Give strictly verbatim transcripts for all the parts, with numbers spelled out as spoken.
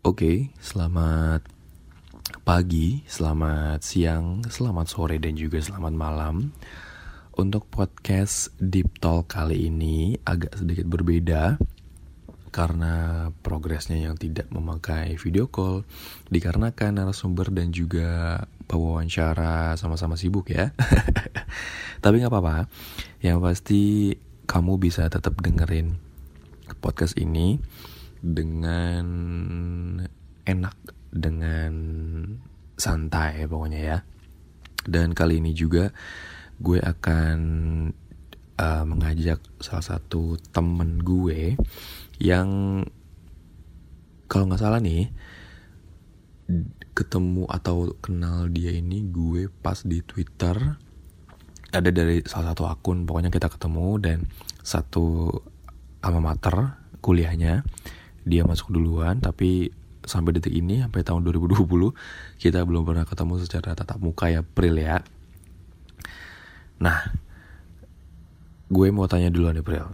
Oke, selamat pagi, selamat siang, selamat sore, dan juga selamat malam. Untuk podcast Deep Talk kali ini agak sedikit berbeda karena progresnya yang tidak memakai video call, dikarenakan narasumber dan juga pewawancara sama-sama sibuk ya. Tapi gak apa-apa, yang pasti kamu bisa tetap dengerin podcast ini dengan enak, dengan santai pokoknya ya. Dan kali ini juga gue akan uh, mengajak salah satu temen gue yang kalau gak salah nih ketemu atau kenal dia ini gue pas di Twitter. Ada dari salah satu akun, pokoknya kita ketemu dan satu alma mater kuliahnya. Dia masuk duluan, tapi sampai detik ini, sampai tahun dua ribu dua puluh kita belum pernah ketemu secara tatap muka ya, Pril ya. Nah, gue mau tanya dulu nih Pril.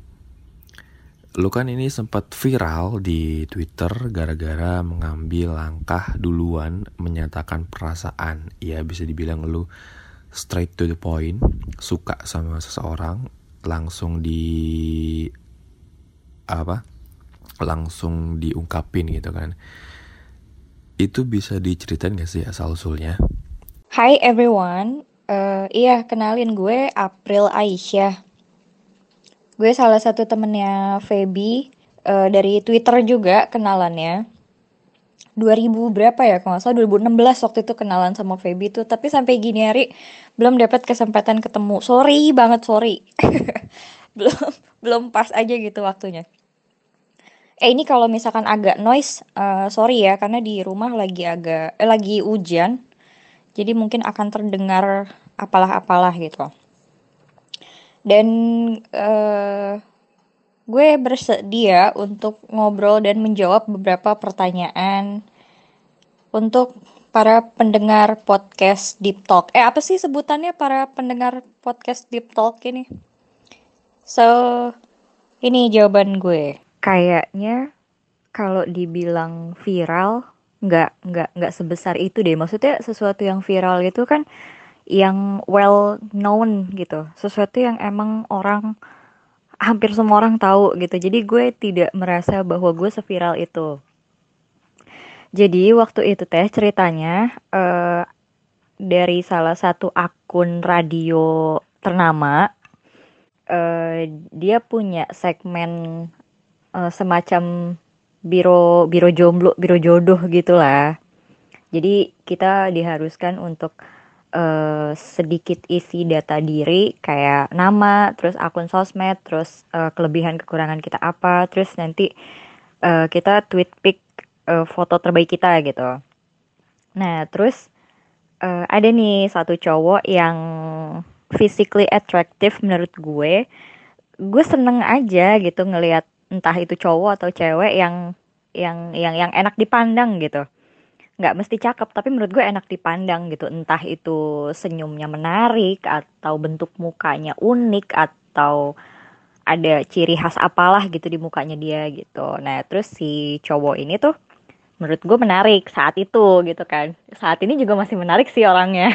Lu kan ini sempat viral di Twitter gara-gara mengambil langkah duluan menyatakan perasaan. Ya bisa dibilang lu straight to the point, suka sama seseorang, langsung di apa? langsung diungkapin gitu kan. Itu bisa diceritain gak sih asal usulnya? Hi everyone, uh, iya kenalin gue April Aisyah. Gue salah satu temennya Feby, uh, dari Twitter juga kenalannya. dua ribu berapa ya, kalau nggak salah dua ribu enam belas waktu itu kenalan sama Feby tuh. Tapi sampai gini hari belum dapat kesempatan ketemu. Sorry banget, sorry. belum belum pas aja gitu waktunya. Eh ini kalau misalkan agak noise, uh, sorry ya karena di rumah lagi agak eh, lagi hujan. Jadi mungkin akan terdengar apalah-apalah gitu. Dan eh, gue bersedia untuk ngobrol dan menjawab beberapa pertanyaan untuk para pendengar podcast Deep Talk. Eh apa sih sebutannya para pendengar podcast Deep Talk ini? So, ini jawaban gue. Kayaknya kalau dibilang viral, nggak nggak nggak sebesar itu deh. Maksudnya sesuatu yang viral itu kan yang well known gitu, sesuatu yang emang orang hampir semua orang tahu gitu. Jadi gue tidak merasa bahwa gue seviral itu. Jadi waktu itu teh ceritanya eh, dari salah satu akun radio ternama, eh, dia punya segmen eh, semacam biro biro jomblo, biro jodoh gitulah. Jadi kita diharuskan untuk uh, sedikit isi data diri kayak nama, terus akun sosmed, terus uh, kelebihan kekurangan kita apa, terus nanti uh, kita tweet pic uh, foto terbaik kita gitu. Nah, terus uh, ada nih satu cowok yang physically attractive menurut gue. Gue seneng aja gitu ngelihat entah itu cowok atau cewek yang yang yang yang enak dipandang gitu. Nggak mesti cakep, tapi menurut gue enak dipandang gitu. Entah itu senyumnya menarik, atau bentuk mukanya unik, atau ada ciri khas apalah gitu di mukanya dia gitu. Nah, terus si cowok ini tuh menurut gue menarik saat itu gitu kan. Saat ini juga masih menarik sih orangnya.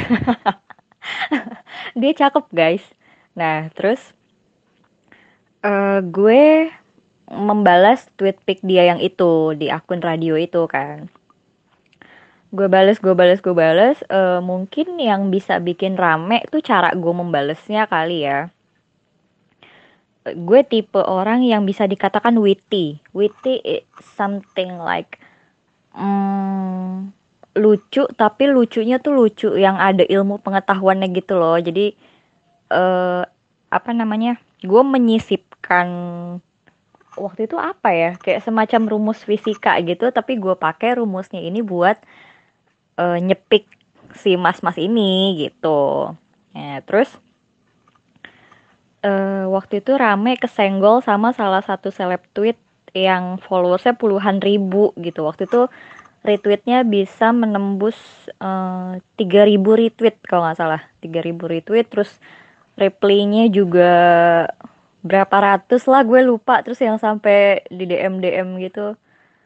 Dia cakep guys. Nah, terus uh, gue membalas tweet pic dia yang itu di akun radio itu kan. Gue bales, gue bales, gue bales. Uh, mungkin yang bisa bikin rame tuh cara gue membalesnya kali ya. Uh, gue tipe orang yang bisa dikatakan witty. Witty is something like mm, lucu, tapi lucunya tuh lucu yang ada ilmu pengetahuannya gitu loh. Jadi uh, apa namanya? Gue menyisipkan waktu itu apa ya? Kayak semacam rumus fisika gitu, tapi gue pakai rumusnya ini buat uh, nyepik si mas-mas ini gitu. Ya, terus uh, waktu itu rame kesenggol sama salah satu seleb tweet yang followersnya puluhan ribu gitu. Waktu itu retweetnya bisa menembus uh, tiga ribu retweet kalau nggak salah. tiga ribu retweet, terus reply-nya juga berapa ratus lah gue lupa. Terus yang sampai di D M D M gitu.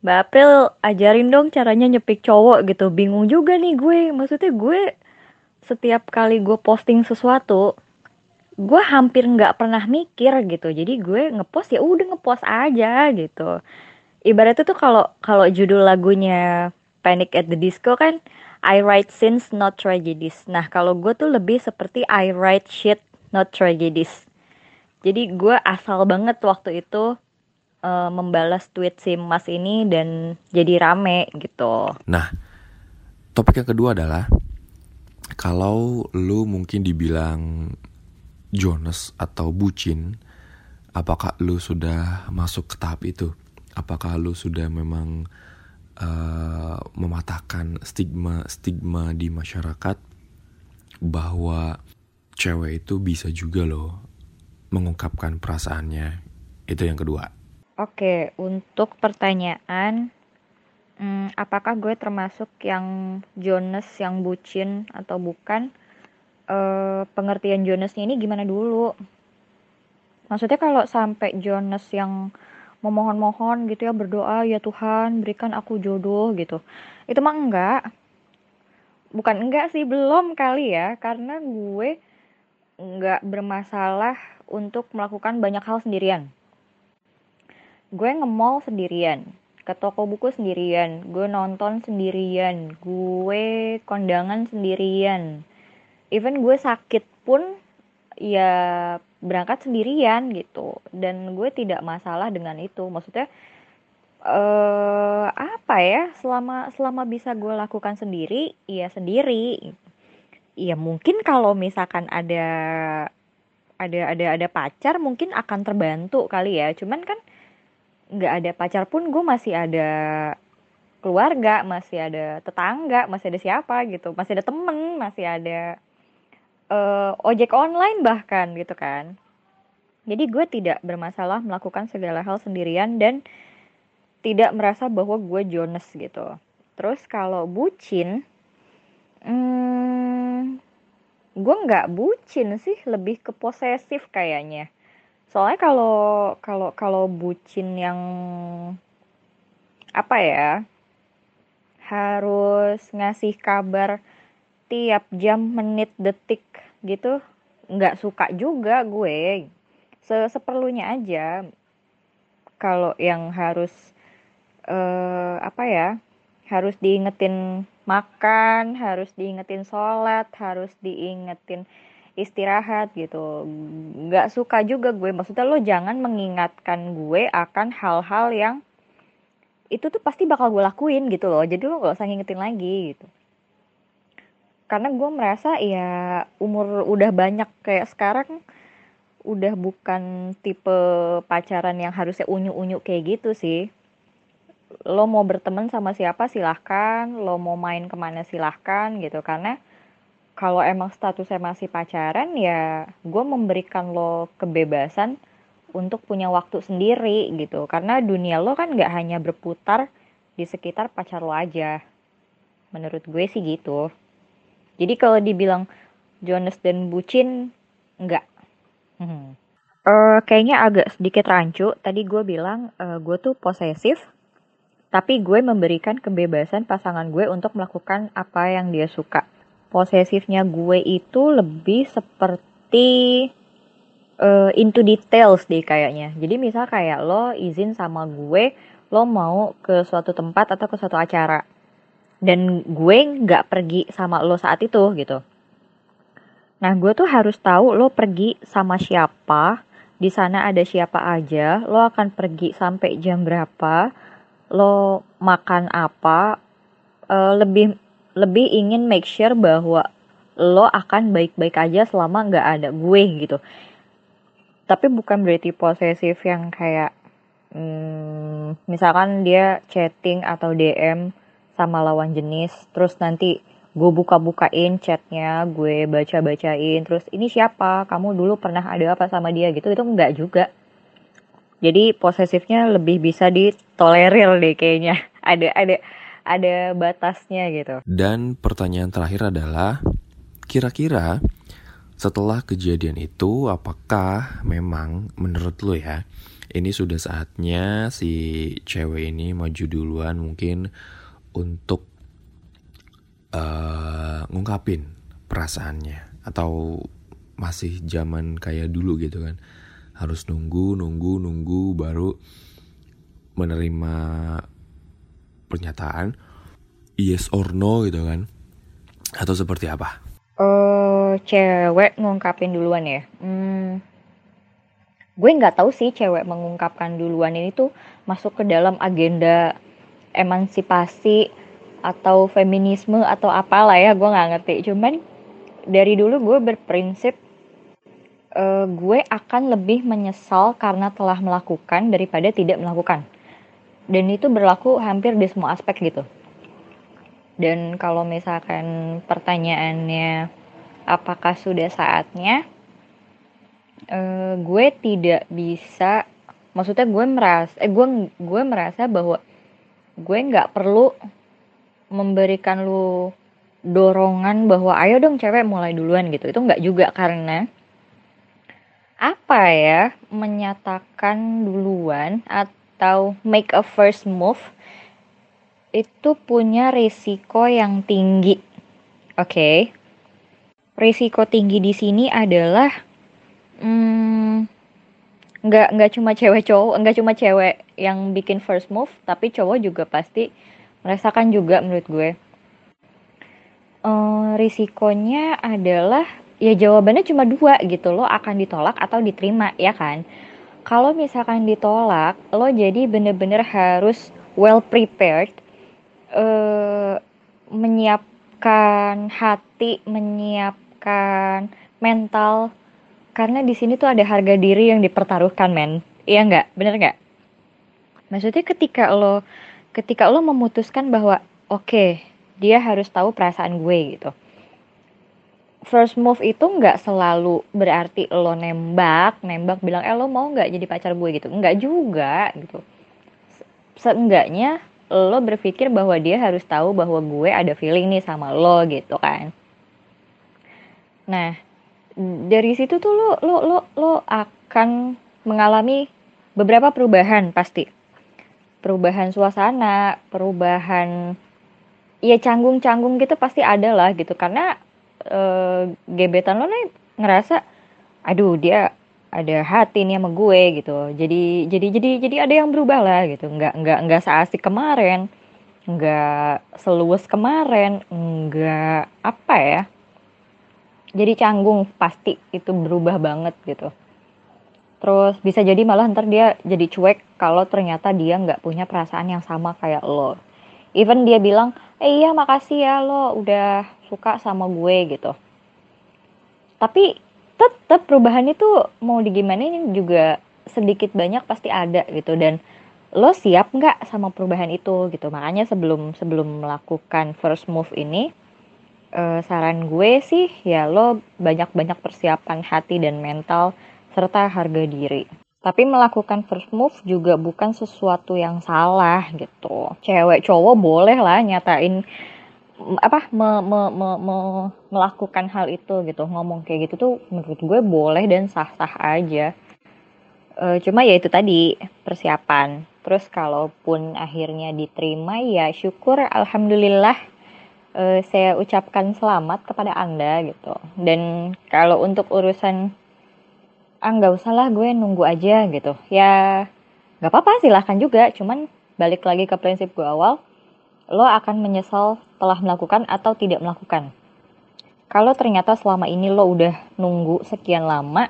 Mbak April, ajarin dong caranya nyepik cowok gitu. Bingung juga nih gue. Maksudnya gue setiap kali gue posting sesuatu, gue hampir nggak pernah mikir gitu. Jadi gue ngepost ya udah ngepost aja gitu. Ibaratnya tuh kalau kalau judul lagunya Panic at the Disco kan I write scenes not tragedies. Nah, kalau gue tuh lebih seperti I write shit not tragedies. Jadi gue asal banget waktu itu eh, membalas tweet si Mas ini dan jadi rame gitu. Nah, topik yang kedua adalah kalau lu mungkin dibilang Jones atau bucin, apakah lu sudah masuk ke tahap itu? Apakah lu sudah memang uh, mematahkan stigma-stigma di masyarakat bahwa cewek itu bisa juga loh mengungkapkan perasaannya? Itu yang kedua. Oke, untuk pertanyaan, hmm, apakah gue termasuk yang Jones, yang bucin atau bukan? Eh, pengertian Jonesnya ini gimana dulu? Maksudnya kalau sampai Jones yang memohon-mohon gitu ya, berdoa, ya Tuhan berikan aku jodoh gitu. Itu mah enggak. Bukan enggak sih, belum kali ya. Karena gue enggak bermasalah untuk melakukan banyak hal sendirian. Gue nge-mall sendirian, ke toko buku sendirian, gue nonton sendirian, gue kondangan sendirian. Even gue sakit pun ya berangkat sendirian gitu, dan gue tidak masalah dengan itu. Maksudnya eh apa ya, selama selama bisa gue lakukan sendiri ya sendiri. Ya mungkin kalau misalkan ada ada ada ada pacar mungkin akan terbantu kali ya, cuman kan nggak ada pacar pun gue masih ada keluarga, masih ada tetangga, masih ada siapa gitu, masih ada temen, masih ada uh, ojek online bahkan gitu kan. Jadi gue tidak bermasalah melakukan segala hal sendirian dan tidak merasa bahwa gue Jones gitu. Terus kalau bucin, hmm, gue nggak bucin sih, lebih ke posesif kayaknya. Soalnya kalau kalau kalau bucin yang apa ya, harus ngasih kabar tiap jam, menit, detik gitu, nggak suka juga gue. Seperlunya aja. Kalau yang harus eh, apa ya, harus diingetin makan, harus diingetin sholat, harus diingetin istirahat gitu, nggak suka juga gue. Maksudnya lo jangan mengingatkan gue akan hal-hal yang itu tuh pasti bakal gue lakuin gitu loh, jadi lo nggak usah ngingetin lagi gitu. Karena gue merasa ya umur udah banyak kayak sekarang, udah bukan tipe pacaran yang harusnya unyu-unyu kayak gitu sih. Lo mau berteman sama siapa silahkan, lo mau main kemana silahkan gitu. Karena kalau emang statusnya masih pacaran ya gue memberikan lo kebebasan untuk punya waktu sendiri gitu. Karena dunia lo kan gak hanya berputar di sekitar pacar lo aja. Menurut gue sih gitu. Jadi kalau dibilang Jones dan bucin, enggak. Hmm. Uh, kayaknya agak sedikit rancu. Tadi gue bilang uh, gue tuh posesif, tapi gue memberikan kebebasan pasangan gue untuk melakukan apa yang dia suka. Posesifnya gue itu lebih seperti uh, into details deh kayaknya. Jadi misal kayak lo izin sama gue, lo mau ke suatu tempat atau ke suatu acara, dan gue nggak pergi sama lo saat itu gitu. Nah, gue tuh harus tahu lo pergi sama siapa, di sana ada siapa aja, lo akan pergi sampai jam berapa, lo makan apa, uh, lebih lebih ingin make sure bahwa lo akan baik-baik aja selama nggak ada gue gitu. Tapi bukan berarti posesif yang kayak, hmm, misalkan dia chatting atau D M sama lawan jenis, terus nanti gue buka-bukain chatnya, gue baca-bacain, terus ini siapa, kamu dulu pernah ada apa sama dia gitu, itu enggak juga. Jadi posesifnya lebih bisa ditolerir deh kayaknya. Ada ada ada batasnya gitu. Dan pertanyaan terakhir adalah, kira-kira setelah kejadian itu apakah memang menurut lo ya, Ini sudah saatnya si cewek ini maju duluan mungkin untuk uh, ngungkapin perasaannya. Atau masih zaman kayak dulu gitu kan, harus nunggu, nunggu, nunggu baru menerima pernyataan yes or no gitu kan, atau seperti apa? Oh, cewek ngungkapin duluan ya. Hmm, gue nggak tahu sih cewek mengungkapkan duluan ini tuh masuk ke dalam agenda emansipasi atau feminisme atau apalah ya, gue nggak ngerti. Cuman dari dulu gue berprinsip uh, gue akan lebih menyesal karena telah melakukan daripada tidak melakukan. Dan itu berlaku hampir di semua aspek gitu. Dan kalau misalkan pertanyaannya apakah sudah saatnya, uh, gue tidak bisa, maksudnya gue merasa, eh gue gue merasa bahwa gue nggak perlu memberikan lu dorongan bahwa ayo dong cewek mulai duluan gitu. Itu nggak juga, karena apa ya, menyatakan duluan atau make a first move itu punya risiko yang tinggi. Oke. Okay? Risiko tinggi di sini adalah hmm, nggak nggak cuma cewek cowok, nggak cuma cewek yang bikin first move, tapi cowok juga pasti merasakan juga menurut gue. Uh, risikonya adalah ya jawabannya cuma dua gitu, lo akan ditolak atau diterima, ya kan? Kalau misalkan ditolak, lo jadi bener-bener harus well prepared, uh, menyiapkan hati, menyiapkan mental, karena di sini tuh ada harga diri yang dipertaruhkan, men. Iya nggak? Bener nggak? Maksudnya ketika lo ketika lo memutuskan bahwa oke, okay, dia harus tahu perasaan gue gitu. First move itu nggak selalu berarti lo nembak, nembak bilang eh lo mau nggak jadi pacar gue gitu. Nggak juga gitu. Seenggaknya lo berpikir bahwa dia harus tahu bahwa gue ada feeling nih sama lo gitu kan. Nah, dari situ tuh lo lo lo lo akan mengalami beberapa perubahan pasti. Perubahan suasana, perubahan ya canggung-canggung gitu pasti ada lah gitu, karena e, gebetan lo nih ngerasa aduh dia ada hati nih sama gue gitu, jadi jadi jadi jadi ada yang berubah lah gitu, nggak nggak nggak seasik kemarin, nggak seluas kemarin, nggak apa ya, jadi canggung pasti itu berubah banget gitu. Terus bisa jadi malah ntar dia jadi cuek kalau ternyata dia nggak punya perasaan yang sama kayak lo. Even dia bilang, eh iya makasih ya lo udah suka sama gue gitu. Tapi tetap perubahan itu mau digimanain juga sedikit banyak pasti ada gitu. Dan lo siap nggak sama perubahan itu gitu. Makanya sebelum sebelum melakukan first move ini, eh, saran gue sih ya lo banyak-banyak persiapan hati dan mental serta harga diri. Tapi melakukan first move juga bukan sesuatu yang salah gitu. Cewek cowok boleh lah nyatain apa me, me, me, me, melakukan hal itu gitu. Ngomong kayak gitu tuh menurut gue boleh dan sah-sah aja. E, cuma ya itu tadi persiapan. Terus kalaupun akhirnya diterima ya syukur, alhamdulillah. E, saya ucapkan selamat kepada Anda gitu. Dan kalau untuk urusan ah nggak usah lah gue nunggu aja gitu, ya nggak apa-apa silahkan juga, cuman balik lagi ke prinsip gue awal, lo akan menyesal telah melakukan atau tidak melakukan. Kalau ternyata selama ini lo udah nunggu sekian lama,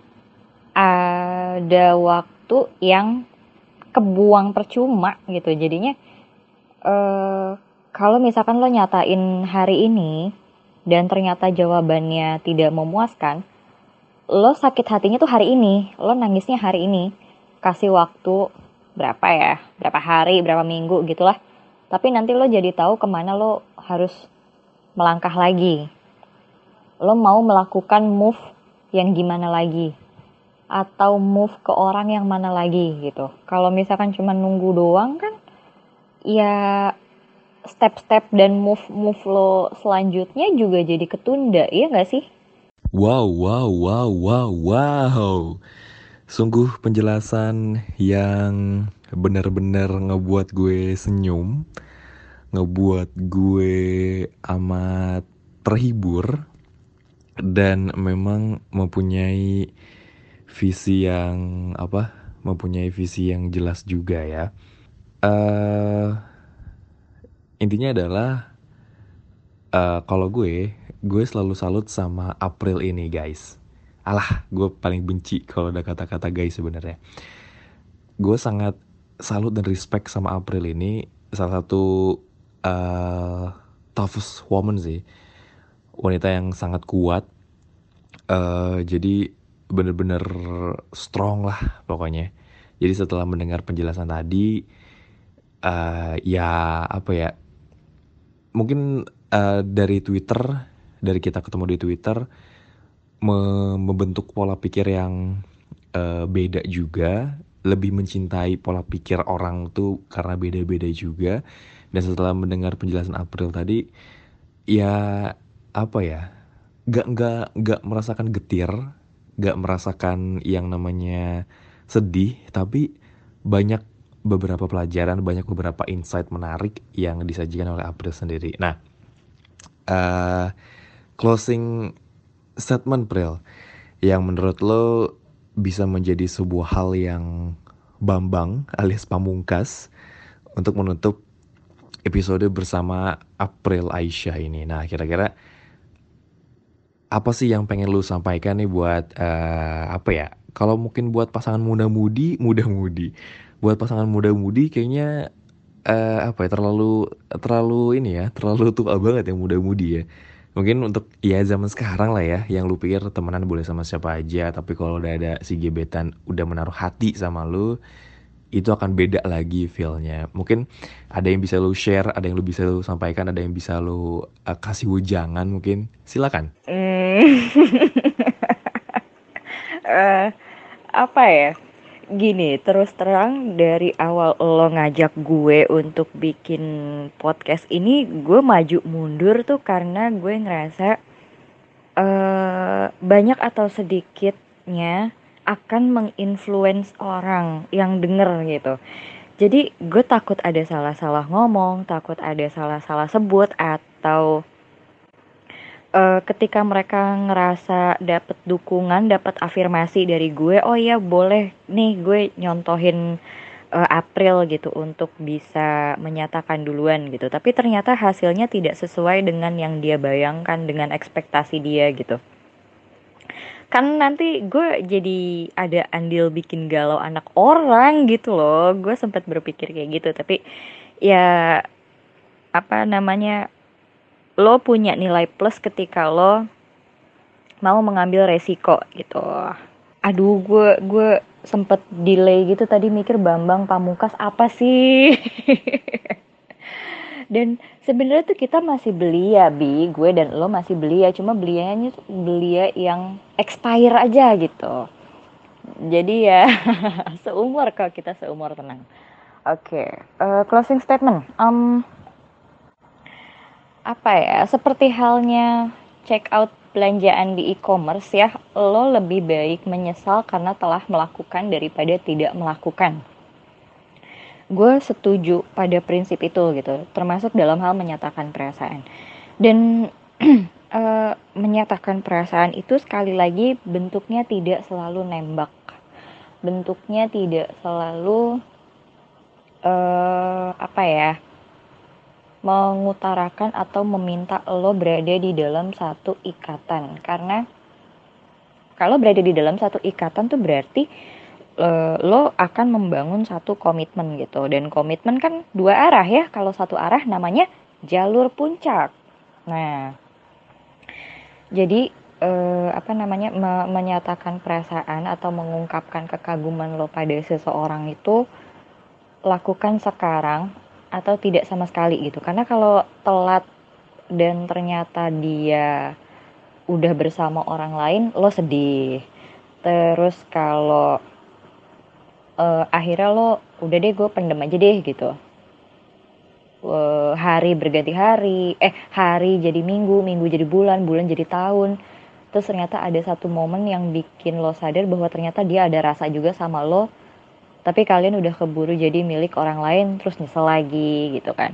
ada waktu yang kebuang percuma gitu, jadinya eh, kalau misalkan lo nyatain hari ini dan ternyata jawabannya tidak memuaskan, lo sakit hatinya tuh hari ini, lo nangisnya hari ini, kasih waktu berapa ya, berapa hari, berapa minggu gitulah. Tapi nanti lo jadi tahu kemana lo harus melangkah lagi. Lo mau melakukan move yang gimana lagi, atau move ke orang yang mana lagi gitu. Kalau misalkan cuma nunggu doang kan, ya step-step dan move-move lo selanjutnya juga jadi ketunda, iya nggak sih? Wow, wow, wow, wow, wow. Sungguh penjelasan yang benar-benar ngebuat gue senyum, ngebuat gue amat terhibur, dan memang mempunyai visi yang apa? Mempunyai visi yang jelas juga ya. Eh intinya adalah eh kalau gue, gue selalu salut sama April ini guys. Alah, gue paling benci kalau ada kata-kata guys sebenarnya. Gue sangat salut dan respect sama April ini, salah satu uh, toughest woman sih, wanita yang sangat kuat. Uh, jadi bener-bener strong lah pokoknya. Jadi setelah mendengar penjelasan tadi, uh, ya apa ya, mungkin uh, dari Twitter, dari kita ketemu di Twitter, me- membentuk pola pikir yang uh, beda juga, lebih mencintai pola pikir orang tuh karena beda-beda juga. Dan setelah mendengar penjelasan April tadi, ya apa ya, gak gak gak merasakan getir, gak merasakan yang namanya sedih, tapi banyak beberapa pelajaran, banyak beberapa insight menarik yang disajikan oleh April sendiri. Nah, uh, closing statement Pril, yang menurut lo bisa menjadi sebuah hal yang bambang alias pamungkas untuk menutup episode bersama April Aisyah ini. Nah, kira-kira apa sih yang pengen lu sampaikan nih buat uh, apa ya? Kalau mungkin buat pasangan muda-mudi, muda-mudi. Buat pasangan muda-mudi kayaknya uh, apa ya? Terlalu terlalu ini ya, terlalu tua banget ya muda-mudi ya. Mungkin untuk ya zaman sekarang lah ya, yang lu pikir temenan boleh sama siapa aja, tapi kalau udah ada si gebetan udah menaruh hati sama lu, itu akan beda lagi feel-nya. Mungkin ada yang bisa lu share, ada yang lu bisa lu sampaikan, ada yang bisa lu uh, kasih wejangan mungkin. Silakan. Hmm. Eh, apa ya? Gini, terus terang dari awal lo ngajak gue untuk bikin podcast ini, gue maju mundur tuh karena gue ngerasa eh banyak atau sedikitnya akan menginfluence orang yang denger gitu. Jadi gue takut ada salah-salah ngomong, takut ada salah-salah sebut, atau uh, ketika mereka ngerasa dapet dukungan, dapet afirmasi dari gue, oh iya boleh nih gue nyontohin uh, April gitu untuk bisa menyatakan duluan gitu. Tapi ternyata hasilnya tidak sesuai dengan yang dia bayangkan, dengan ekspektasi dia gitu. Kan nanti gue jadi ada andil bikin galau anak orang gitu loh. Gue sempat berpikir kayak gitu, tapi ya apa namanya, lo punya nilai plus ketika lo mau mengambil resiko gitu. Aduh, gue gue sempet delay gitu tadi mikir Bambang Pamungkas apa sih. Dan sebenarnya tuh kita masih belia, Bi, gue dan lo masih belia, cuma belianya belia yang expire aja gitu. Jadi ya seumur, kalau kita seumur, tenang. Oke, okay. uh, closing statement. Um, apa ya, seperti halnya check out belanjaan di e-commerce ya, lo lebih baik menyesal karena telah melakukan daripada tidak melakukan. Gue setuju pada prinsip itu gitu, termasuk dalam hal menyatakan perasaan. Dan uh, menyatakan perasaan itu sekali lagi bentuknya tidak selalu nembak, bentuknya tidak selalu uh, apa ya, mengutarakan atau meminta lo berada di dalam satu ikatan. Karena kalau berada di dalam satu ikatan tuh berarti uh, lo akan membangun satu komitmen gitu. Dan komitmen kan dua arah ya. Kalau satu arah namanya jalur puncak. Nah, jadi uh, apa namanya, me- menyatakan perasaan atau mengungkapkan kekaguman lo pada seseorang itu lakukan sekarang atau tidak sama sekali gitu. Karena kalau telat dan ternyata dia udah bersama orang lain, lo sedih. Terus kalau uh, akhirnya lo udah deh gue pendem aja deh gitu. Uh, hari berganti hari, eh hari jadi minggu, minggu jadi bulan, bulan jadi tahun. Terus ternyata ada satu momen yang bikin lo sadar bahwa ternyata dia ada rasa juga sama lo, tapi kalian udah keburu jadi milik orang lain, terus nyesel lagi gitu kan.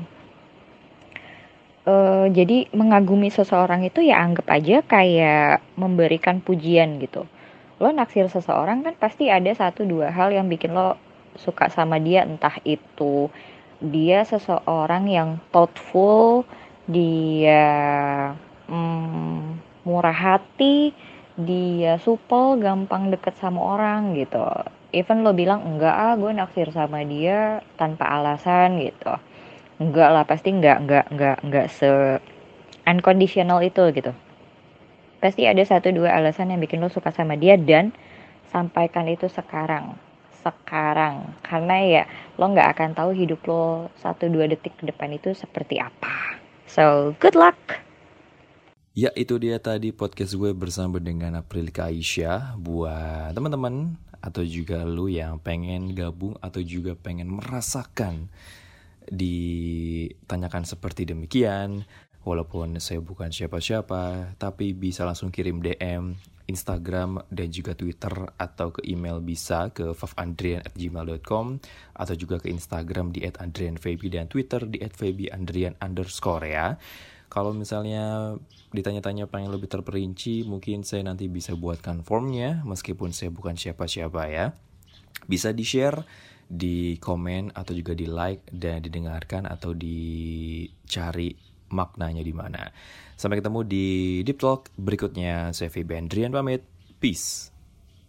Uh, jadi mengagumi seseorang itu ya anggap aja kayak memberikan pujian gitu. Lo naksir seseorang kan pasti ada satu dua hal yang bikin lo suka sama dia, entah itu dia seseorang yang thoughtful, dia hmm, murah hati, dia supel, gampang deket sama orang gitu. Even lo bilang enggak ah gue naksir sama dia tanpa alasan gitu, enggak lah, pasti enggak enggak enggak enggak se unconditional itu gitu. Pasti ada satu dua alasan yang bikin lo suka sama dia, dan sampaikan itu sekarang sekarang karena ya lo nggak akan tahu hidup lo satu dua detik ke depan itu seperti apa. So good luck. Ya, itu dia tadi podcast gue bersama dengan Aprilka Aisyah. Buat teman-teman atau juga lu yang pengen gabung atau juga pengen merasakan ditanyakan seperti demikian, walaupun saya bukan siapa-siapa, tapi bisa langsung kirim D M Instagram dan juga Twitter, atau ke email bisa ke fafandrian at gmail dot com, atau juga ke Instagram di at andrianfeby dan Twitter di at febyandrian underscore ya. Kalau misalnya ditanya-tanya pengen lebih terperinci, mungkin saya nanti bisa buatkan formnya, meskipun saya bukan siapa-siapa ya. Bisa di-share, di komen, atau juga di-like dan didengarkan atau dicari maknanya di mana. Sampai ketemu di Deep Talk berikutnya. Saya Feby Andrian pamit. Peace.